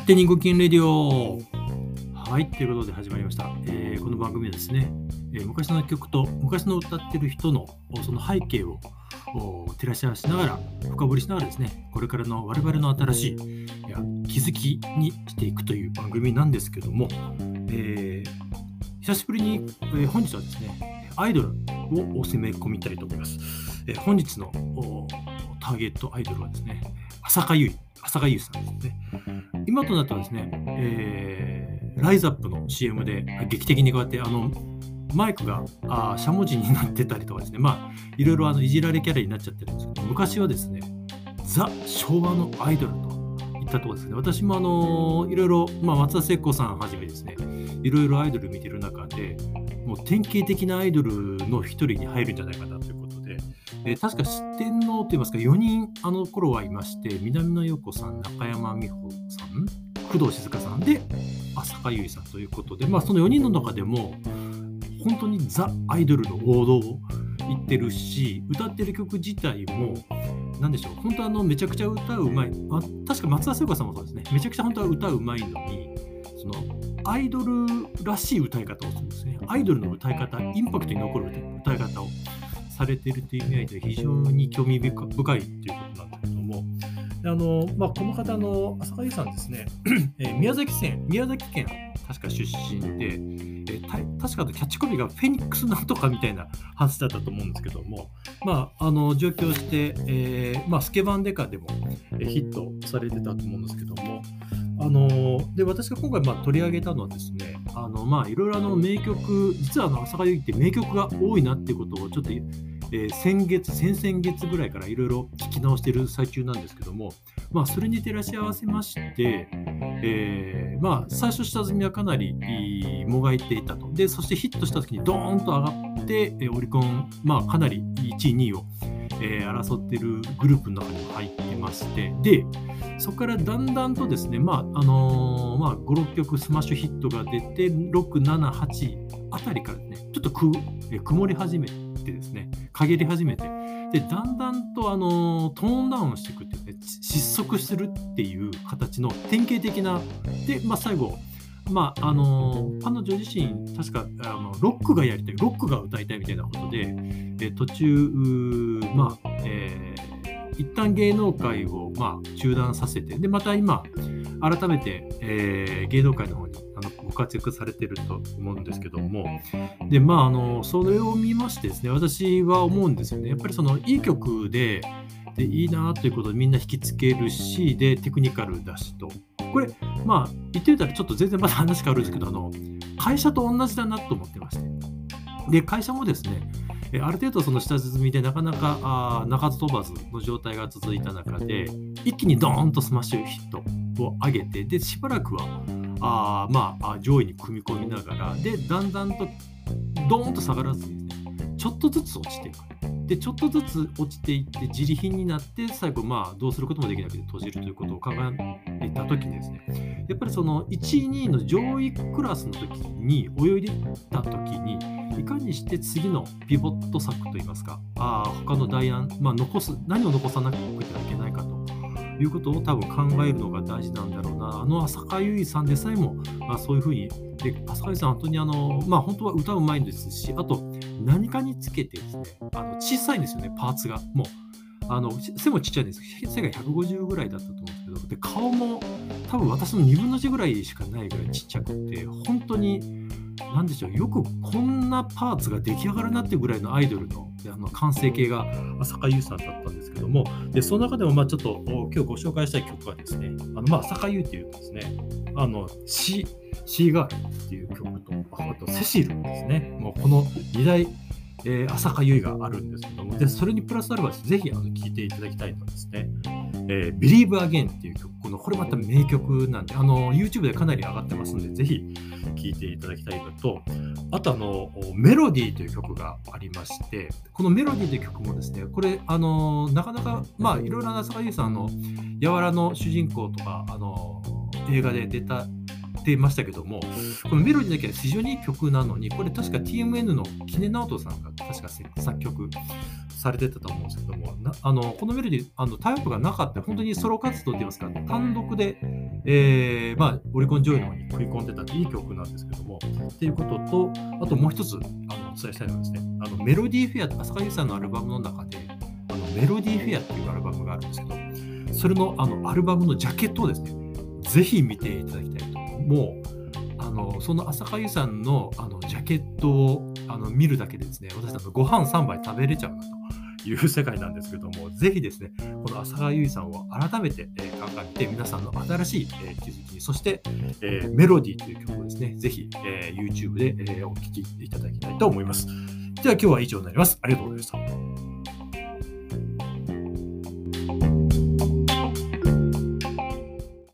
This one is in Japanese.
勝手にご機嫌レディオ。はい、ということで始まりました。この番組はですね、昔の曲と昔の歌ってる人のその背景を照らし合わせながら深掘りしながらですね、これからの我々の新しい気づきにしていくという番組なんですけども、久しぶりに、本日はですね、アイドルを攻め込みたいと思います。本日のターゲットアイドルはですね、浅香唯さんですね。今となってはですね、ライズアップの CM で劇的にこうやってマイクがしゃもじになってたりとかですね、いろいろいじられキャラになっちゃってるんですけど、昔はですね、ザ・昭和のアイドルといったところですね。私もいろいろ、松田聖子さんはじめですね、いろいろアイドル見てる中で、もう典型的なアイドルの一人に入るんじゃないかなということで、確か四天王といいますか4人頃はいまして、南野陽子さん、中山美穂さん、工藤静香さんで浅香唯さんということで、その4人の中でも本当にザ・アイドルの王道を言ってるし、歌ってる曲自体も何でしょう、本当めちゃくちゃ歌うまい、確か松田聖子さんもそうですね、めちゃくちゃ本当は歌うまいのに、そのアイドルらしい歌い方をするんですね。アイドルの歌い方、インパクトに残る歌い方をされているという意味合いで非常に興味深いということなんだけども、この方の浅香唯さんですね、宮崎県確か出身で、確かキャッチコピーがフェニックスなんとかみたいな話だったと思うんですけども、上京して、スケバンデカでもヒットされてたと思うんですけども、で私が今回取り上げたのはですね、いろいろ名曲、実は浅香唯って名曲が多いなっていうことをちょっと、先々月ぐらいからいろいろ聞き直している最中なんですけども、それに照らし合わせまして、最初下積みはかなりもがいていたと。でそしてヒットした時にドーンと上がって、オリコン、かなり1位2位を争っているグループの中にも入ってまして、でそこからだんだんとですね、5、6曲スマッシュヒットが出て、6、7、8あたりからね、ちょっと曇り始めてですね、陰り始めて、でだんだんとトーンダウンしていくっていうね、失速するっていう形の典型的なで、最後彼女自身確かロックがやりたい、ロックが歌いたいみたいなことで、途中一旦芸能界を中断させて、でまた今改めて、芸能界の方にご活躍されていると思うんですけども、でそれを見ましてですね、私は思うんですよね。やっぱりそのいい曲でいいなということでみんな引きつけるし、でテクニカルだしと、これ言ってみたらちょっと全然また話変わるんですけど、会社と同じだなと思ってまして、で会社もですね、ある程度その下積みでなかなか鳴かず飛ばずの状態が続いた中で、一気にドーンとスマッシュヒットを上げて、でしばらくは上位に組み込みながら、でだんだんとドーンと下がらずにですね、ちょっとずつ落ちていく。でちょっとずつ落ちていって自利品になって、最後どうすることもできなくて閉じるということを考えた時にですね、やっぱりその1位2位の上位クラスの時に泳いでいった時に、いかにして次のピボット策といいますか、他の代案、何を残さなくてはいけないかということを多分考えるのが大事なんだろうな。浅香唯さんでさえも、そういうふうに、で浅香唯さん本当に本当は歌うまいんですし、あと何かにつけてですね、小さいんですよね、パーツが。もう背もちっちゃいんです。背が150ぐらいだったと思うんですけど、で顔も多分私の2分の1ぐらいしかないぐらいちっちゃくて、本当に何でしょう、よくこんなパーツが出来上がるなっていうぐらいのアイドルの完成形が浅香唯さんだったんですけども、でその中でもちょっと今日ご紹介したい曲はですね、浅香唯っていうとですね、シーガールっていう曲と、あとセシルですね、もうこの2大浅香唯があるんですけども、でそれにプラスアルファぜひ聴いていただきたいのはですね、Believe Again っていう曲、これまた名曲なんで、YouTube でかなり上がってますので、ぜひ聴いていただきたいのと、あとメロディーという曲がありまして、このメロディーという曲もですね、これなかなかいろいろな浅香唯さんやわらの主人公とか映画で出ましたけども、このメロディーだけは非常にいい曲なのに、これ確か TMN の木根直人さんが確か作曲されてたと思うんですけども、このメロディー、タイアップがなかった、本当にソロ活動といいますか、単独で、オリコン上位の方に食い込んでたいい曲なんですけども、っていうことと、あともう一つお伝えしたいのはですね、メロディーフェア、浅香唯さんのアルバムの中で、メロディーフェアっていうアルバムがあるんですけど、それのアルバムのジャケットをですね、ぜひ見ていただきたいと。もう、その浅香唯さんのジャケットを見るだけでですね、私ご飯3杯食べれちゃうなという世界なんですけども、ぜひですね、この浅香唯さんを改めて、考えて、皆さんの新しい、気づきに、そして、メロディーという曲をですね、ぜひ、YouTube で、お聴きいただきたいと思います。では今日は以上になります。ありがとうございました。